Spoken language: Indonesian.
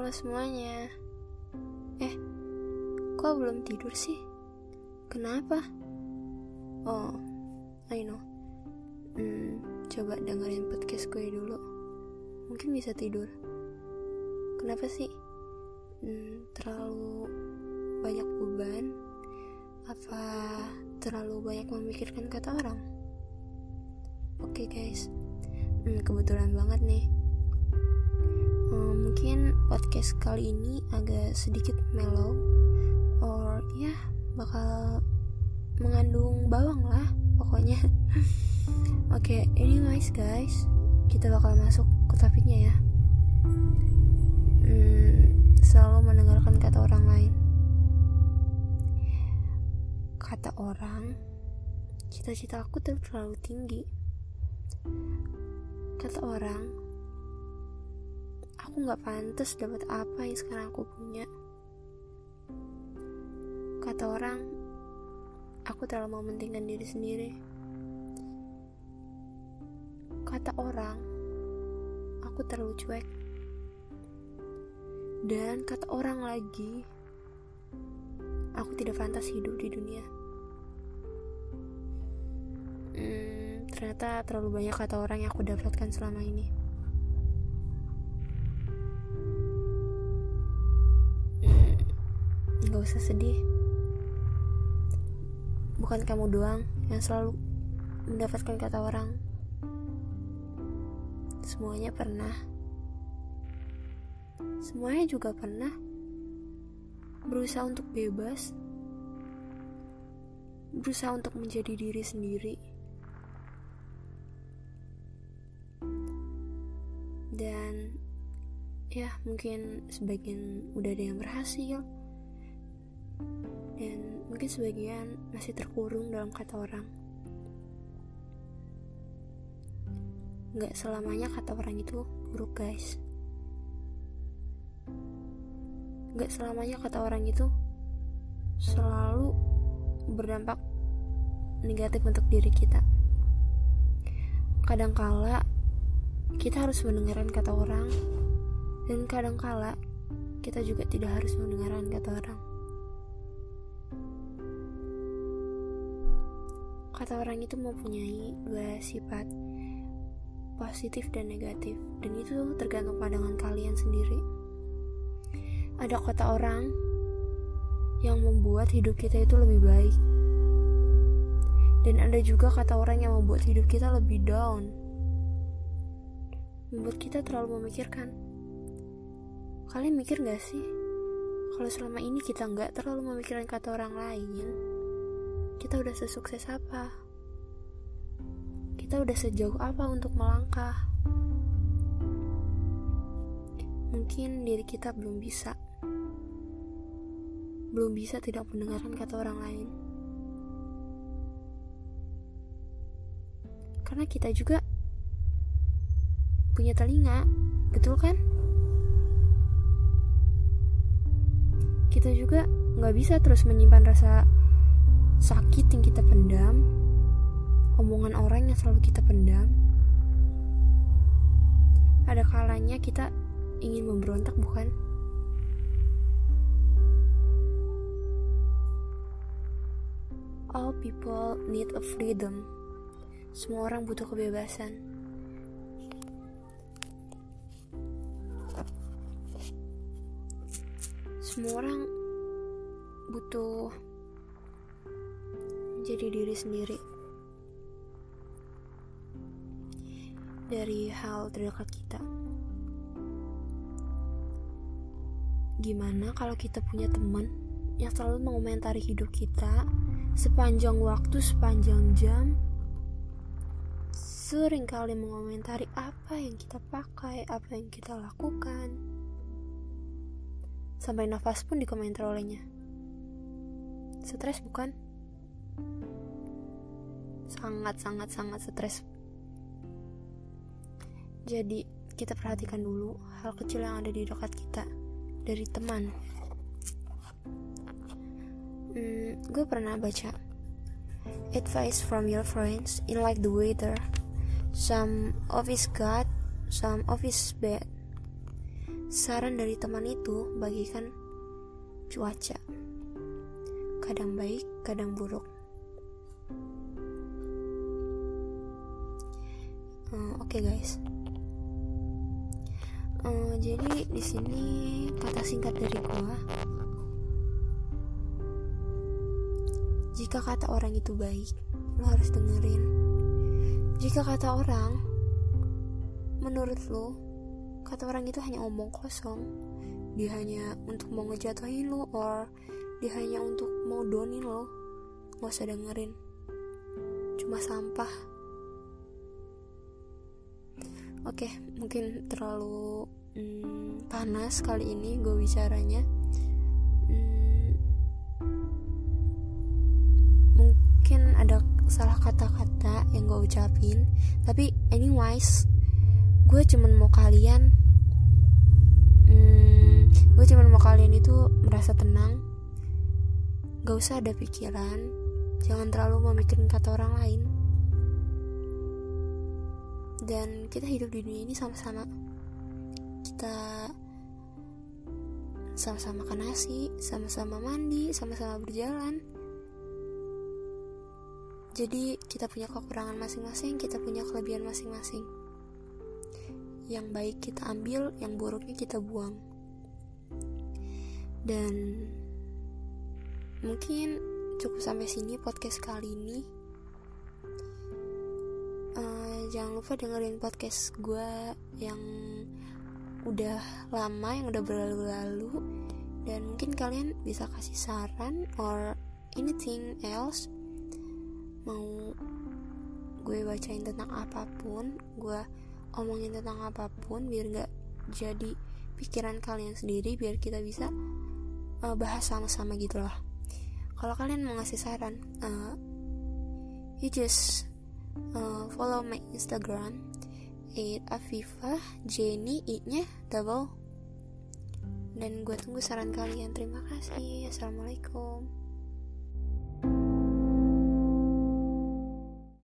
Halo semuanya. Kok belum tidur sih? Kenapa? Oh, I know. Coba dengerin podcast gue dulu. Mungkin bisa tidur. Kenapa sih? Terlalu banyak beban? Apa terlalu banyak memikirkan kata orang? Oke guys, kebetulan banget nih. Mungkin podcast kali ini agak sedikit mellow, or ya bakal mengandung bawang lah pokoknya. Oke, anyways guys, kita bakal masuk ke topiknya ya. Selalu mendengarkan kata orang lain. Kata orang, cita-cita aku terlalu tinggi. Kata orang, aku gak pantas dapat apa yang sekarang aku punya. Kata orang, aku terlalu mementingkan diri sendiri. Kata orang, aku terlalu cuek. Dan kata orang lagi, aku tidak pantas hidup di dunia. Ternyata terlalu banyak kata orang yang aku dapatkan selama ini. Gak usah sedih. Bukan kamu doang yang selalu mendapatkan kata orang. Semuanya pernah. Semuanya juga pernah berusaha untuk bebas, berusaha untuk menjadi diri sendiri. Dan ya mungkin sebagian udah ada yang berhasil, dan mungkin sebagian masih terkurung dalam kata orang. Gak selamanya kata orang itu buruk guys. Gak selamanya kata orang itu selalu berdampak negatif untuk diri kita. Kadangkala kita harus mendengarkan kata orang, dan kadangkala kita juga tidak harus mendengarkan kata orang. Kata orang itu mempunyai dua sifat, positif dan negatif, dan itu tergantung pandangan kalian sendiri. Ada kata orang yang membuat hidup kita itu lebih baik, dan ada juga kata orang yang membuat hidup kita lebih down, membuat kita terlalu memikirkan. Kalian mikir gak sih, kalau selama ini kita gak terlalu memikirkan kata orang lain, kita udah sesukses apa? Kita udah sejauh apa untuk melangkah? Mungkin diri kita belum bisa tidak mendengarkan kata orang lain. Karena kita juga punya telinga, betul kan? Kita juga gak bisa terus menyimpan rasa sakit yang kita pendam, omongan orang yang selalu kita pendam. Ada kalanya kita ingin memberontak, bukan? All people need a freedom. Semua orang butuh kebebasan. Semua orang butuh jadi diri sendiri dari hal terdekat kita. Gimana kalau kita punya teman yang selalu mengomentari hidup kita sepanjang waktu, sepanjang jam, sering kali mengomentari apa yang kita pakai, apa yang kita lakukan, sampai nafas pun dikomentar olehnya. Stres bukan? Sangat stres. Jadi kita perhatikan dulu hal kecil yang ada di dekat kita dari teman. Gue pernah baca advice from your friends in like the weather. Some of is good, some of is bad. saran dari teman itu bagaikan cuaca, kadang baik, kadang buruk. Oke, guys. Jadi di sini kata singkat dari gua, jika kata orang itu baik, lo harus dengerin. Jika kata orang, menurut lo, kata orang itu hanya omong kosong, dia hanya untuk mau ngejatuhin lo, or dia hanya untuk mau downin lo, gak usah dengerin. Cuma sampah. Oke, mungkin terlalu panas kali ini gue bicaranya. Mungkin ada salah kata-kata yang gue ucapin, tapi anyways, gue cuman mau kalian itu merasa tenang, gak usah ada pikiran, jangan terlalu memikirin kata orang lain. Dan kita hidup di dunia ini sama-sama, kita sama-sama makan nasi, sama-sama mandi, sama-sama berjalan. Jadi kita punya kekurangan masing-masing, kita punya kelebihan masing-masing. Yang baik kita ambil, yang buruknya kita buang. Dan mungkin cukup sampai sini podcast kali ini. Jangan lupa dengerin podcast gue yang udah lama, yang udah berlalu-lalu. Dan mungkin kalian bisa kasih saran or anything else, mau gue bacain tentang apapun, gue omongin tentang apapun, biar gak jadi pikiran kalian sendiri, biar kita bisa bahas sama-sama gitu loh. Kalau kalian mau ngasih saran, you just follow my Instagram @afifah Jenny, i-nya double. Dan gue tunggu saran kalian. Terima kasih. Assalamualaikum.